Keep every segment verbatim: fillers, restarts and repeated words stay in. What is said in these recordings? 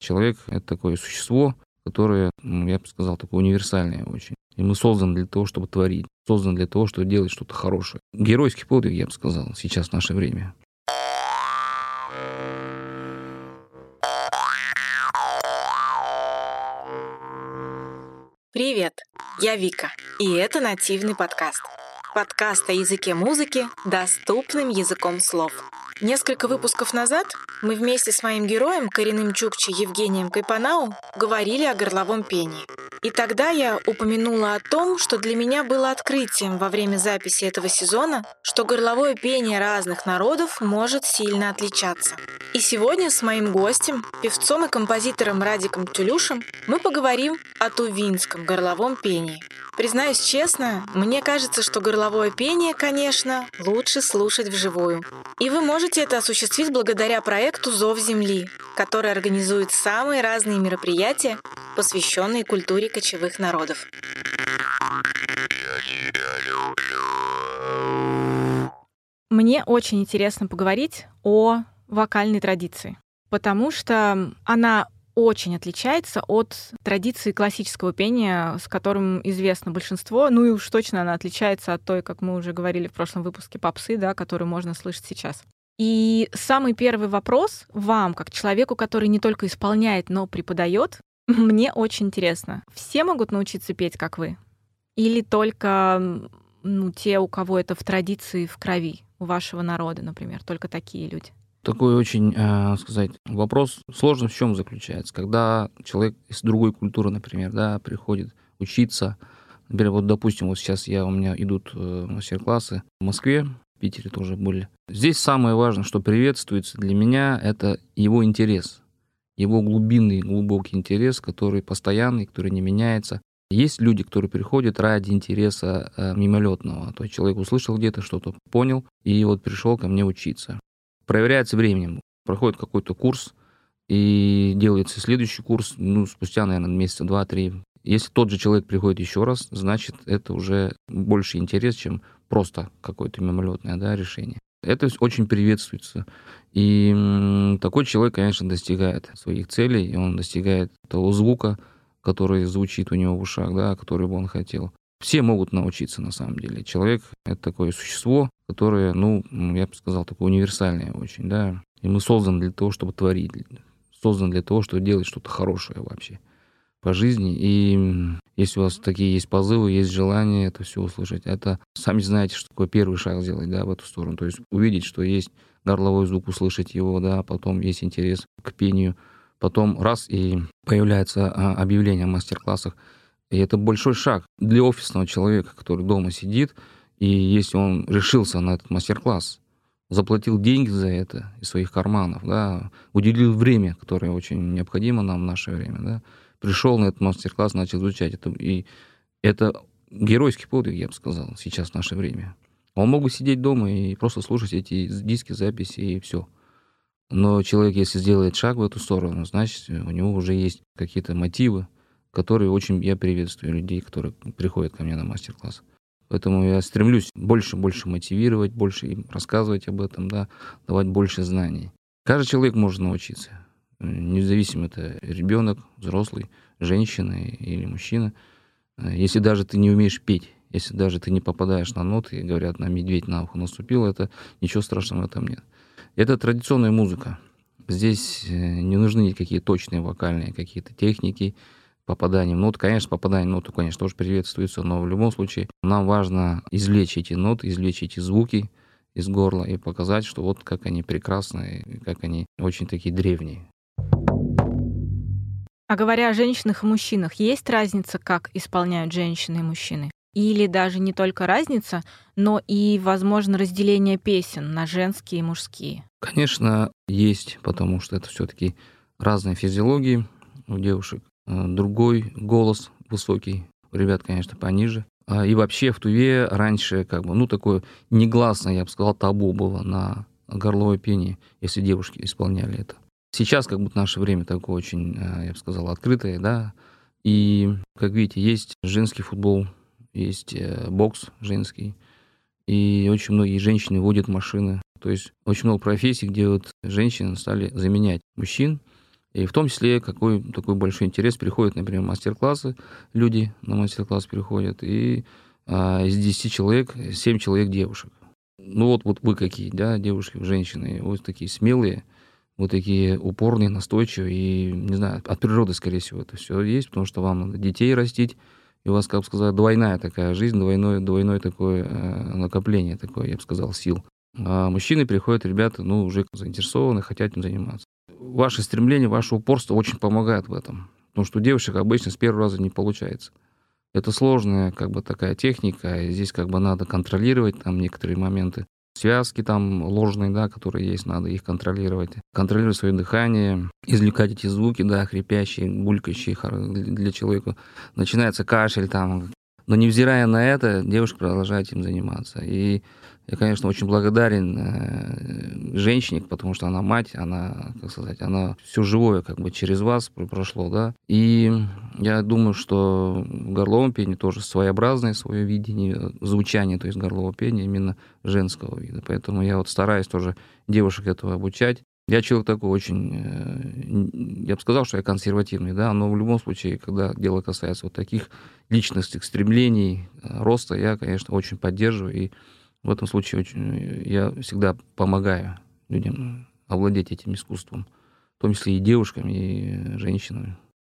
Человек — это такое существо, которое, ну, я бы сказал, такое универсальное очень. И мы созданы для того, чтобы творить, созданы для того, чтобы делать что-то хорошее. Геройский подвиг, я бы сказал, сейчас в наше время. Привет, я Вика, и это нативный подкаст. Подкаст о языке музыки доступным языком слов. Несколько выпусков назад мы вместе с моим героем, коренным чукчей Евгением Кайпанау, говорили о горловом пении. И тогда я упомянула о том, что для меня было открытием во время записи этого сезона, что горловое пение разных народов может сильно отличаться. И сегодня с моим гостем, певцом и композитором Радиком Тюлюшем, мы поговорим о тувинском горловом пении. Признаюсь честно, мне кажется, что горловое пение, конечно, лучше слушать вживую. И вы можете это осуществить благодаря проекту «Зов Земли», который организует самые разные мероприятия, посвященные культуре кочевых народов. Мне очень интересно поговорить о вокальной традиции, потому что она очень отличается от традиции классического пения, с которым известно большинство. Ну и уж точно она отличается от той, как мы уже говорили в прошлом выпуске, попсы, да, которую можно слышать сейчас. И самый первый вопрос вам, как человеку, который не только исполняет, но преподает, мне очень интересно. Все могут научиться петь, как вы? Или только ну, те, у кого это в традиции, в крови, у вашего народа, например, только такие люди? Такой очень, э, сказать, вопрос сложный в чем заключается. Когда человек из другой культуры, например, да, приходит учиться, например, вот, допустим, вот сейчас я, у меня идут э, мастер-классы в Москве, в Питере тоже были. Здесь самое важное, что приветствуется для меня, это его интерес, его глубинный, глубокий интерес, который постоянный, который не меняется. Есть люди, которые приходят ради интереса э, мимолетного. То есть человек услышал где-то что-то, понял, и вот пришел ко мне учиться. Проверяется временем. Проходит какой-то курс, и делается следующий курс, ну, спустя, наверное, месяца два-три. Если тот же человек приходит еще раз, значит, это уже больше интерес, чем просто какое-то мимолетное, да, решение. Это очень приветствуется. И м, такой человек, конечно, достигает своих целей, и он достигает того звука, который звучит у него в ушах, да, который бы он хотел. Все могут научиться, на самом деле. Человек — это такое существо, которое, ну, я бы сказал, такое универсальное очень, да. И мы созданы для того, чтобы творить, созданы для того, чтобы делать что-то хорошее вообще по жизни. И если у вас такие есть позывы, есть желание это все услышать, это сами знаете, что такое первый шаг сделать, да, в эту сторону. То есть увидеть, что есть горловой звук, услышать его, да, потом есть интерес к пению, потом раз, и появляется объявление о мастер-классах. И это большой шаг для офисного человека, который дома сидит, и если он решился на этот мастер-класс, заплатил деньги за это из своих карманов, да, уделил время, которое очень необходимо нам в наше время, да, пришел на этот мастер-класс, начал изучать это. И это геройский подвиг, я бы сказал, сейчас в наше время. Он мог бы сидеть дома и просто слушать эти диски, записи, и все. Но человек, если сделает шаг в эту сторону, значит, у него уже есть какие-то мотивы, которые очень я приветствую людей, которые приходят ко мне на мастер-класс. Поэтому я стремлюсь больше-больше мотивировать, больше им рассказывать об этом, да, давать больше знаний. Каждый человек может научиться, независимо, это ребенок, взрослый, женщина или мужчина. Если даже ты не умеешь петь, если даже ты не попадаешь на ноты, и говорят, на медведь на ухо наступил, это ничего страшного в этом нет. Это традиционная музыка. Здесь не нужны никакие точные вокальные какие-то техники, попадание в ноты. Конечно, попадание в ноту, конечно, тоже приветствуется, но в любом случае нам важно извлечь эти ноты, извлечь эти звуки из горла и показать, что вот как они прекрасные, как они очень такие древние. А говоря о женщинах и мужчинах, есть разница, как исполняют женщины и мужчины? Или даже не только разница, но и, возможно, разделение песен на женские и мужские? Конечно, есть, потому что это все-таки разные физиологии у девушек. Другой голос высокий, у ребят, конечно, пониже. И вообще в Туве раньше как бы, ну, такое негласное, я бы сказал, табу было на горловое пение, если девушки исполняли это. Сейчас как будто наше время такое очень, я бы сказал, открытое, да. И, как видите, есть женский футбол, есть бокс женский, и очень многие женщины водят машины. То есть очень много профессий, где вот женщины стали заменять мужчин. И в том числе какой такой большой интерес приходит, например, мастер-классы, люди на мастер-класс приходят, и а, из десяти человек семь человек девушек. Ну вот, вот вы какие, да, девушки, женщины, вот такие смелые, вот такие упорные, настойчивые, и, не знаю, от природы, скорее всего, это все есть, потому что вам надо детей растить, и у вас, как бы сказать, двойная такая жизнь, двойное, двойное такое э, накопление, такое, я бы сказал, сил. А мужчины приходят, ребята, ну, уже заинтересованы, хотят им заниматься. Ваше стремление, ваше упорство очень помогает в этом, потому что у девушек обычно с первого раза не получается. Это сложная, как бы, такая техника, и здесь, как бы, надо контролировать там некоторые моменты. Связки там ложные, да, которые есть, надо их контролировать. Контролировать свое дыхание, извлекать эти звуки, да, хрипящие, булькающие для человека. Начинается кашель там. Но невзирая на это, девушка продолжает им заниматься. И я, конечно, очень благодарен э, женщине, потому что она мать, она, как сказать, она все живое как бы через вас прошло, да. И я думаю, что в горловом пении тоже своеобразное свое видение звучания, то есть горлового пения именно женского вида. Поэтому я вот стараюсь тоже девушек этого обучать. Я человек такой очень, я бы сказал, что я консервативный, да, но в любом случае, когда дело касается вот таких личностных стремлений, роста, я, конечно, очень поддерживаю, и в этом случае очень, я всегда помогаю людям овладеть этим искусством, в том числе и девушкам, и женщинам.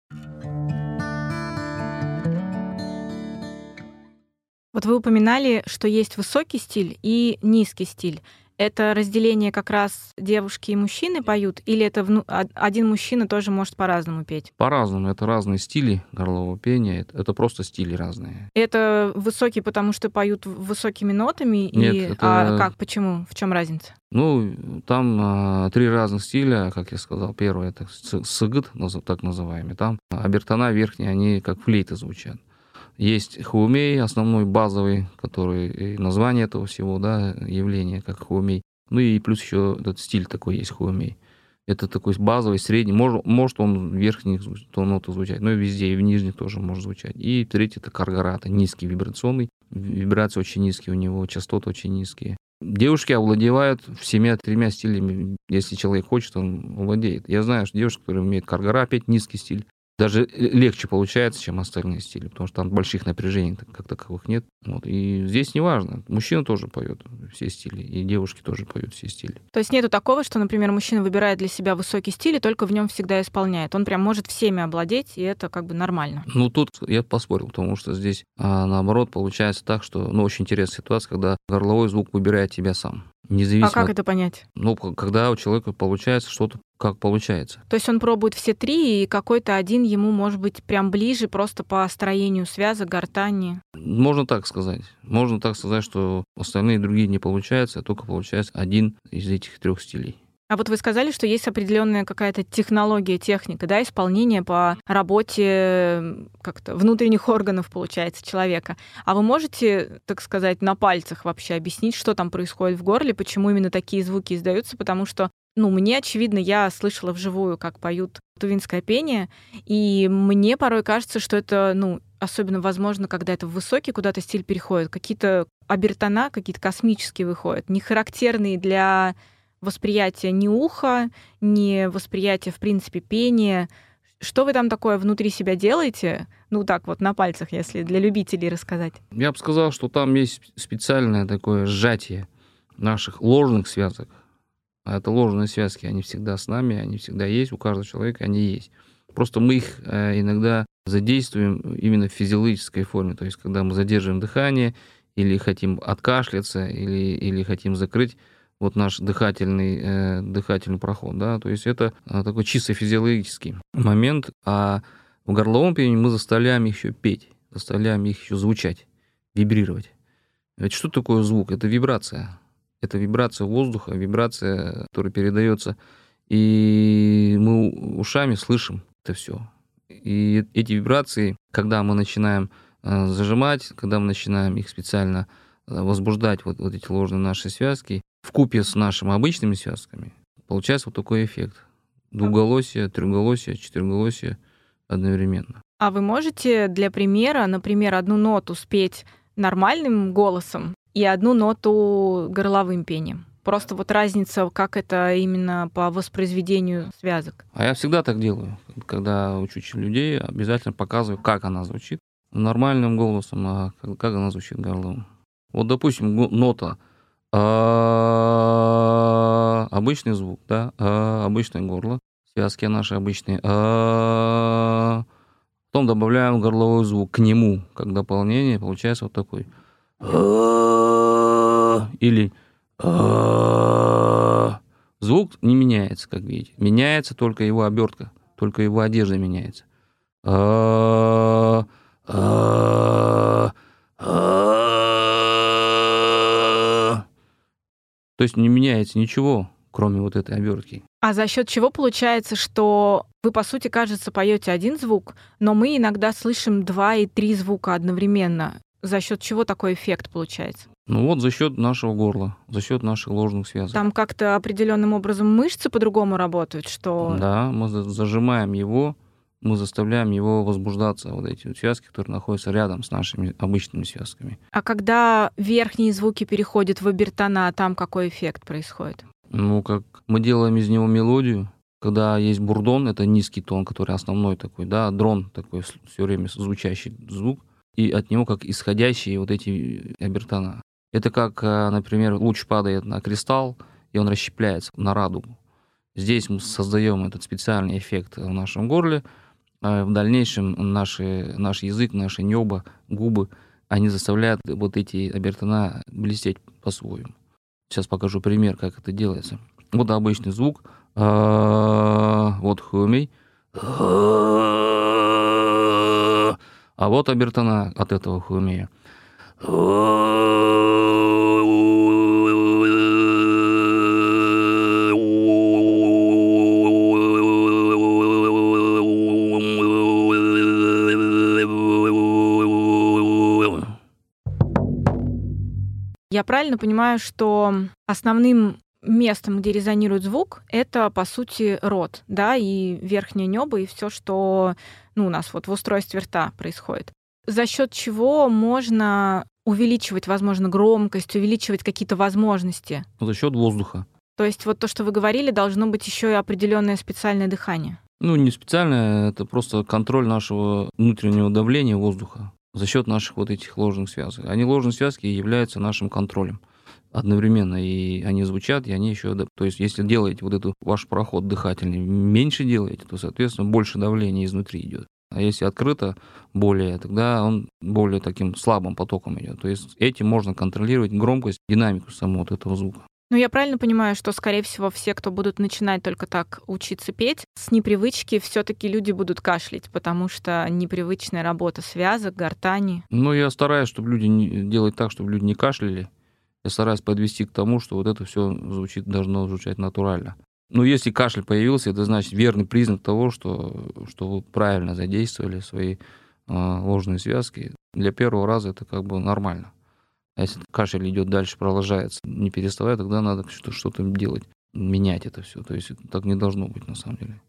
Вот вы упоминали, что есть высокий стиль и низкий стиль. Это разделение как раз девушки и мужчины поют, или это вну... один мужчина тоже может по-разному петь? По-разному. Это разные стили горлового пения. Это просто стили разные. Это высокий, потому что поют высокими нотами? Нет, и... это... А как, почему? В чем разница? Ну, там а, три разных стиля, как я сказал. Первый — это сыгыт, так называемый. Там обертона верхние, они как флейты звучат. Есть хуумей, основной, базовый, который и название этого всего, да, явление, как хуумей. Ну и плюс еще этот стиль такой есть, хуумей. Это такой базовый, средний. Может, может он в верхних нотах звучать, но и везде, и в нижних тоже может звучать. И третий — это каргарата, низкий вибрационный. Вибрации очень низкие у него, частоты очень низкие. Девушки овладевают всеми-тремя стилями. Если человек хочет, он владеет. Я знаю, что девушки, которые умеют каргара петь, низкий стиль, даже легче получается, чем остальные стили, потому что там больших напряжений как таковых нет. Вот. И здесь не важно. Мужчина тоже поет все стили, и девушки тоже поют все стили. То есть нету такого, что, например, мужчина выбирает для себя высокий стиль и только в нем всегда исполняет. Он прям может всеми овладеть, и это как бы нормально. Ну, тут я поспорил, потому что здесь, а, наоборот, получается так, что, ну, очень интересная ситуация, когда горловой звук выбирает тебя сам. Независимо а как от... это понять? Ну, когда у человека получается что-то, как получается. То есть он пробует все три, и какой-то один ему может быть прям ближе просто по строению связок, гортани? Можно так сказать. Можно так сказать, что остальные другие не получаются, а только получается один из этих трех стилей. А вот вы сказали, что есть определенная какая-то технология, техника, да, исполнения по работе как-то внутренних органов, получается, человека. А вы можете, так сказать, на пальцах вообще объяснить, что там происходит в горле, почему именно такие звуки издаются? Потому что, ну, мне, очевидно, я слышала вживую, как поют тувинское пение, и мне порой кажется, что это, ну, особенно возможно, когда это в высокий куда-то стиль переходит, какие-то обертона, какие-то космические выходят, не характерные для восприятия ни уха, ни восприятия, в принципе, пения. Что вы там такое внутри себя делаете? Ну, так вот, на пальцах, если для любителей рассказать. Я бы сказал, что там есть специальное такое сжатие наших ложных связок. А это ложные связки, они всегда с нами, они всегда есть, у каждого человека они есть. Просто мы их иногда задействуем именно в физиологической форме. То есть, когда мы задерживаем дыхание, или хотим откашляться, или, или хотим закрыть вот наш дыхательный, э, дыхательный проход, да, то есть это э, такой чисто физиологический момент, а в горловом пении мы заставляем их еще петь, заставляем их еще звучать, вибрировать. Ведь что такое звук? Это вибрация. Это вибрация воздуха, вибрация, которая передается, и мы ушами слышим это все. И эти вибрации, когда мы начинаем э, зажимать, когда мы начинаем их специально э, возбуждать, вот, вот эти ложные наши связки, вкупе с нашими обычными связками, получается вот такой эффект. Двуголосие, трехголосие, четырехголосие одновременно. А вы можете для примера, например, одну ноту спеть нормальным голосом и одну ноту горловым пением? Просто вот разница, как это именно по воспроизведению связок. А я всегда так делаю. Когда учу людей, обязательно показываю, как она звучит. Нормальным голосом, а как, как она звучит горлом. Вот, допустим, нота а, обычный звук, да, а, обычное горло, связки наши обычные. А, потом добавляем горловой звук к нему, как дополнение, получается вот такой. А, или а, звук не меняется, как видите. Меняется только его обертка, только его одежда меняется. А, а, а. То есть не меняется ничего, кроме вот этой обертки. А за счет чего получается, что вы, по сути, кажется, поете один звук, но мы иногда слышим два и три звука одновременно? За счет чего такой эффект получается? Ну вот за счет нашего горла, за счет наших ложных связок. Там как-то определенным образом мышцы по-другому работают, что... Да, мы зажимаем его, мы заставляем его возбуждаться, вот эти вот связки, которые находятся рядом с нашими обычными связками. А когда верхние звуки переходят в обертона, там какой эффект происходит? Ну, как мы делаем из него мелодию, когда есть бурдон, это низкий тон, который основной такой, да, дрон такой все время звучащий звук, и от него как исходящие вот эти обертона. Это как, например, луч падает на кристалл, и он расщепляется на радугу. Здесь мы создаем этот специальный эффект в нашем горле. В дальнейшем наши, наш язык, наши небо, губы, они заставляют вот эти обертона блестеть по-своему. Сейчас покажу пример, как это делается. Вот обычный звук. Вот хуэмей. А вот обертона от этого хуэмея. Я правильно понимаю, что основным местом, где резонирует звук, это, по сути, рот, да, и верхнее небо, и все, что ну, у нас вот в устройстве рта происходит. За счет чего можно увеличивать, возможно, громкость, увеличивать какие-то возможности? За счет воздуха. То есть вот то, что вы говорили, должно быть еще и определенное специальное дыхание. Ну, не специальное, это просто контроль нашего внутреннего давления воздуха за счет наших вот этих ложных связок. Они ложные связки являются нашим контролем одновременно, и они звучат, и они еще... То есть если делаете вот этот ваш проход дыхательный, меньше делаете, то, соответственно, больше давления изнутри идет. А если открыто более, тогда он более таким слабым потоком идет. То есть этим можно контролировать громкость, динамику самого вот этого звука. Ну, я правильно понимаю, что, скорее всего, все, кто будут начинать только так учиться петь, с непривычки все-таки люди будут кашлять, потому что непривычная работа связок, гортани. Ну, я стараюсь, чтобы люди не... делать так, чтобы люди не кашляли. Я стараюсь подвести к тому, что вот это все звучит, должно звучать натурально. Но если кашель появился, это значит верный признак того, что, что вы правильно задействовали свои э, ложные связки. Для первого раза это как бы нормально. А если кашель идет дальше, продолжается, не переставая, тогда надо что-то делать, менять это все. То есть так не должно быть на самом деле.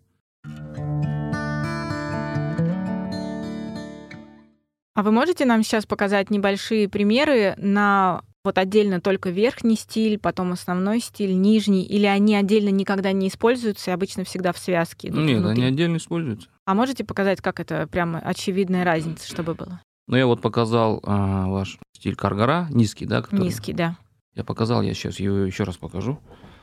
А вы можете нам сейчас показать небольшие примеры на вот отдельно только верхний стиль, потом основной стиль, нижний, или они отдельно никогда не используются и обычно всегда в связке идут Нет, внутри? они отдельно используются. А можете показать, как это прямо очевидная разница, чтобы было? Ну, я вот показал а, ваш стиль каргара, низкий, да? Который... Низкий, да. Я показал, я сейчас его еще раз покажу.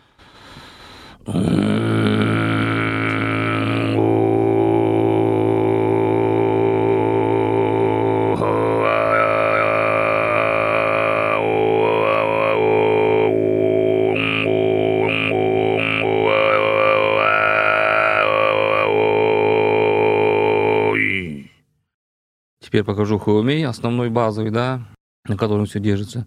Теперь покажу хуэмей, основной базовый, да, на котором все держится.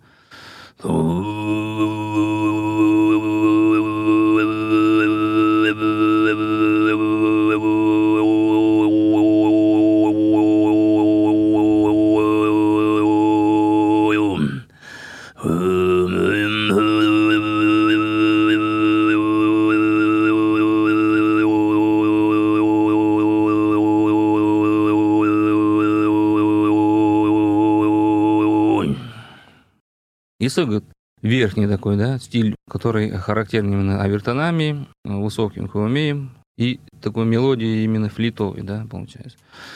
И сыграет. верхний такой, да, стиль, который характерен именно овертонами, высоким хромеем и такой мелодией именно флитовой, да, получается.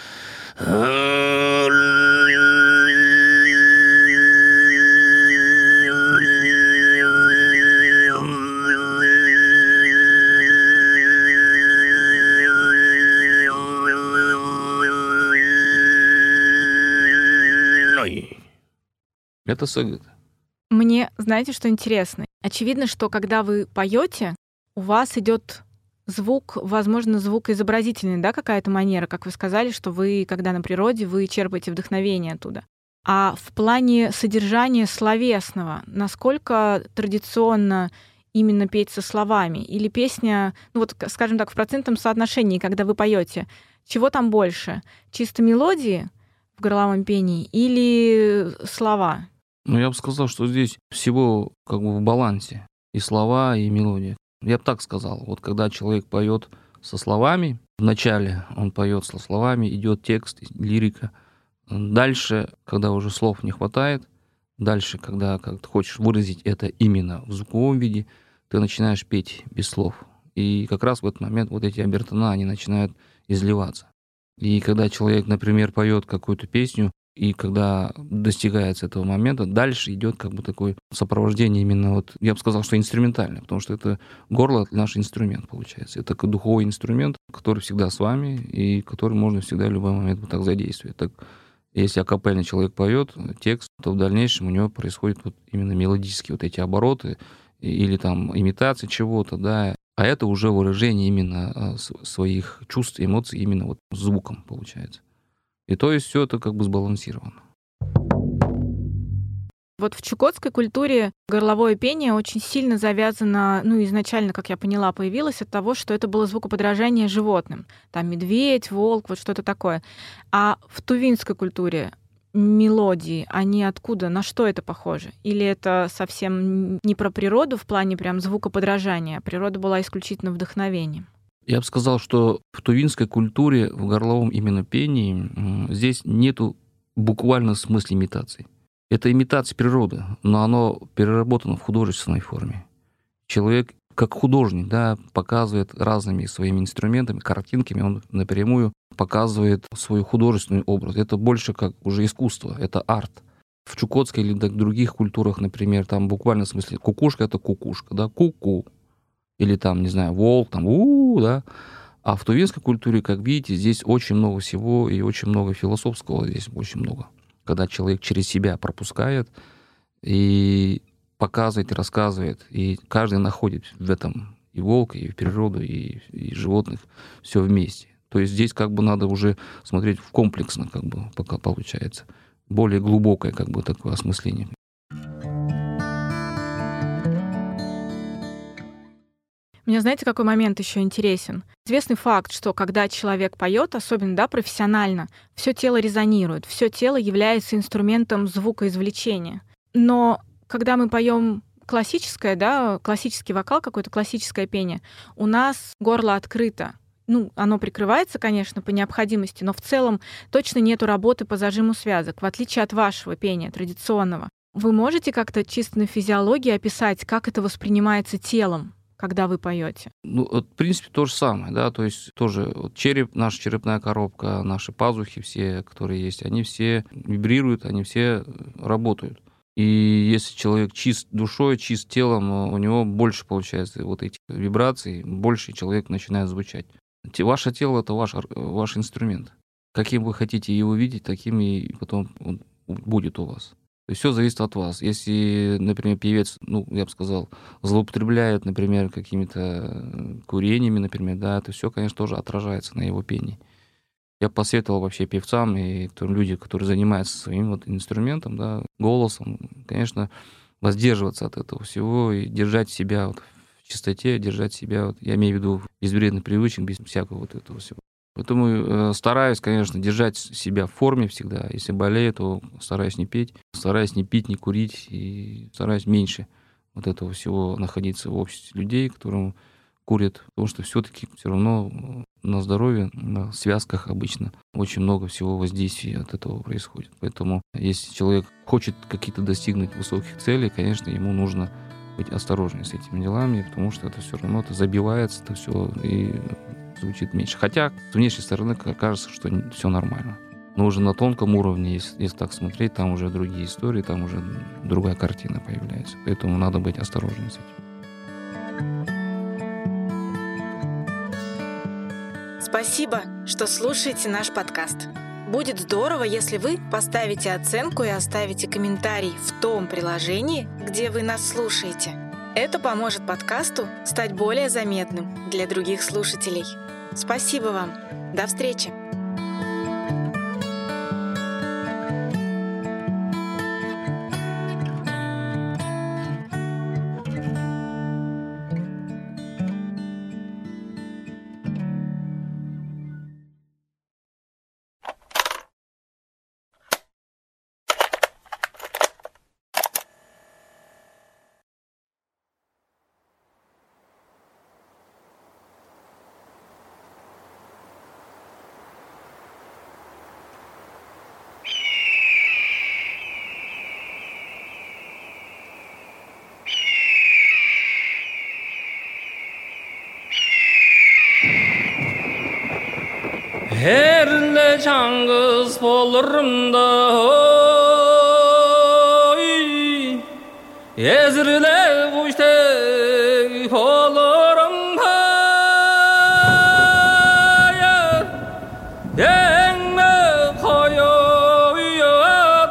Это сагат. Мне, знаете, что интересно? Очевидно, что когда вы поете, у вас идет звук, возможно, звукоизобразительный, да, какая-то манера, как вы сказали, что вы, когда на природе, вы черпаете вдохновение оттуда. А в плане содержания словесного, насколько традиционно именно петь со словами? Или песня, ну вот, скажем так, в процентном соотношении, когда вы поете, чего там больше? Чисто мелодии в горловом пении или слова? Ну, я бы сказал, что здесь всего как бы в балансе. И слова, и мелодия. Я бы так сказал. Вот когда человек поет со словами, вначале он поет со словами, идет текст, лирика. Дальше, когда уже слов не хватает, дальше, когда как ты хочешь выразить это именно в звуковом виде, ты начинаешь петь без слов. И как раз в этот момент вот эти обертона, они начинают изливаться. И когда человек, например, поет какую-то песню, и когда достигается этого момента, дальше идет как бы такое сопровождение именно вот, я бы сказал, что инструментальное, потому что это горло — это наш инструмент, получается. Это такой духовой инструмент, который всегда с вами, и который можно всегда в любой момент вот так задействовать. Так, если акапельный человек поет текст, то в дальнейшем у него происходят вот именно мелодические вот эти обороты или там имитация чего-то, да. А это уже выражение именно своих чувств, эмоций именно вот звуком, получается. И то есть все это как бы сбалансировано. Вот в чукотской культуре горловое пение очень сильно завязано, ну, изначально, как я поняла, появилось от того, что это было звукоподражание животным. Там медведь, волк, вот что-то такое. А в тувинской культуре мелодии, они откуда, на что это похоже? Или это совсем не про природу в плане прям звукоподражания, а природа была исключительно вдохновением? Я бы сказал, что в тувинской культуре, в горловом именно пении, здесь нету буквально в смысле имитации. Это имитация природы, но оно переработано в художественной форме. Человек, как художник, да, показывает разными своими инструментами, картинками, он напрямую показывает свой художественный образ. Это больше как уже искусство, это арт. В чукотской или в других культурах, например, там буквально в смысле кукушка — это кукушка, да, ку-ку. Или там, не знаю, волк, там, у-у-у, да. А в тувинской культуре, как видите, здесь очень много всего и очень много философского, здесь очень много. Когда человек через себя пропускает и показывает, и рассказывает, и каждый находит в этом и волка, и природу, и, и животных, все вместе. То есть здесь как бы надо уже смотреть в комплексно, как бы, пока получается. Более глубокое, как бы, такое осмысление. Мне, знаете, какой момент еще интересен? Известный факт, что когда человек поет, особенно, да, профессионально, все тело резонирует, все тело является инструментом звукоизвлечения. Но когда мы поем классическое, да, классический вокал, какое-то классическое пение, у нас горло открыто. Ну, оно прикрывается, конечно, по необходимости, но в целом точно нету работы по зажиму связок, в отличие от вашего пения традиционного. Вы можете как-то чисто на физиологии описать, как это воспринимается телом, когда вы поете? Ну, в принципе, то же самое, да, то есть тоже вот череп, наша черепная коробка, наши пазухи все, которые есть, они все вибрируют, они все работают. И если человек чист душой, чист телом, у него больше получается вот этих вибраций, больше человек начинает звучать. Ваше тело — это ваш, ваш инструмент. Каким вы хотите его видеть, таким и потом он будет у вас. То есть все зависит от вас. Если, например, певец, ну, я бы сказал, злоупотребляет, например, какими-то курениями, например, да, это все, конечно, тоже отражается на его пении. Я посоветовал вообще певцам и люди, которые занимаются своим вот инструментом, да, голосом, конечно, воздерживаться от этого всего и держать себя вот в чистоте, держать себя, вот, я имею в виду, без вредных привычек, без всякого вот этого всего. Поэтому э, стараюсь, конечно, держать себя в форме всегда. Если болею, то стараюсь не петь, стараюсь не пить, не курить, и стараюсь меньше вот этого всего находиться в обществе людей, которым, курят, потому что все-таки все равно на здоровье, на связках обычно очень много всего воздействия от этого происходит. Поэтому если человек хочет какие-то достигнуть высоких целей, конечно, ему нужно быть осторожнее с этими делами, потому что это все равно это забивается, это все и звучит меньше. Хотя с внешней стороны кажется, что все нормально. Но уже на тонком уровне, если, если так смотреть, там уже другие истории, там уже другая картина появляется. Поэтому надо быть осторожнее с этим. Спасибо, что слушаете наш подкаст. Будет здорово, если вы поставите оценку и оставите комментарий в том приложении, где вы нас слушаете. Это поможет подкасту стать более заметным для других слушателей. Спасибо вам. До встречи. Herle Çangız bolurumda oy Ezrile kuştek olurum haya Yenme koyuya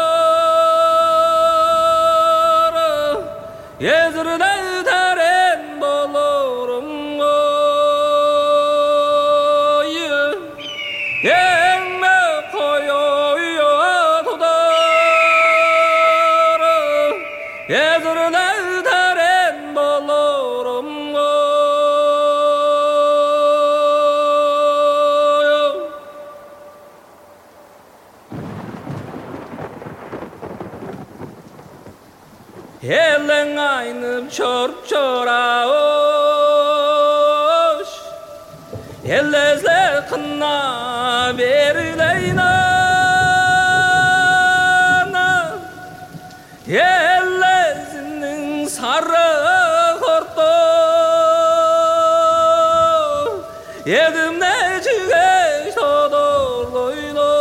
dudara Ezrile teren bolurum Yenme koyuya dudara Ezrile teren bolurum Elen aynıp çort çora oş Ellezle kınna berileyna Ellezinin sarı kortu Yedim ne çigeç todorluydu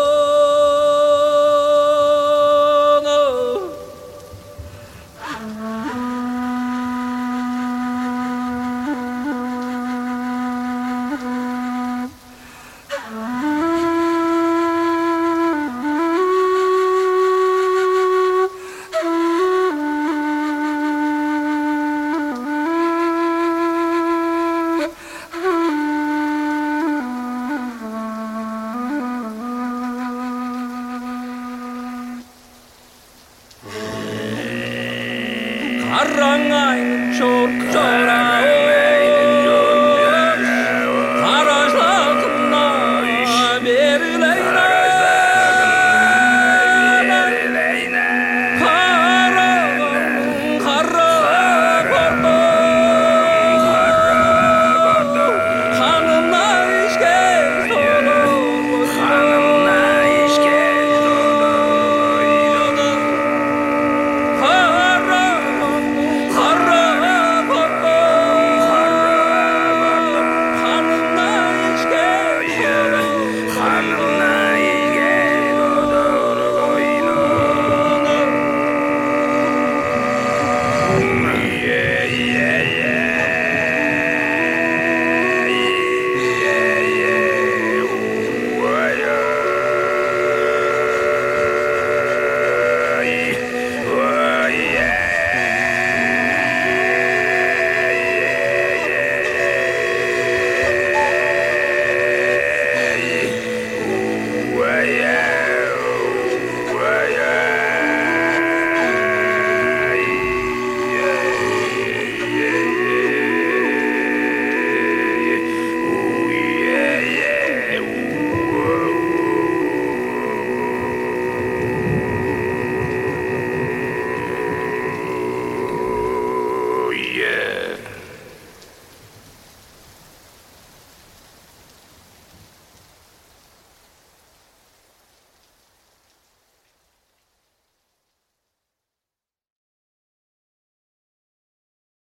Karang aynı çok çora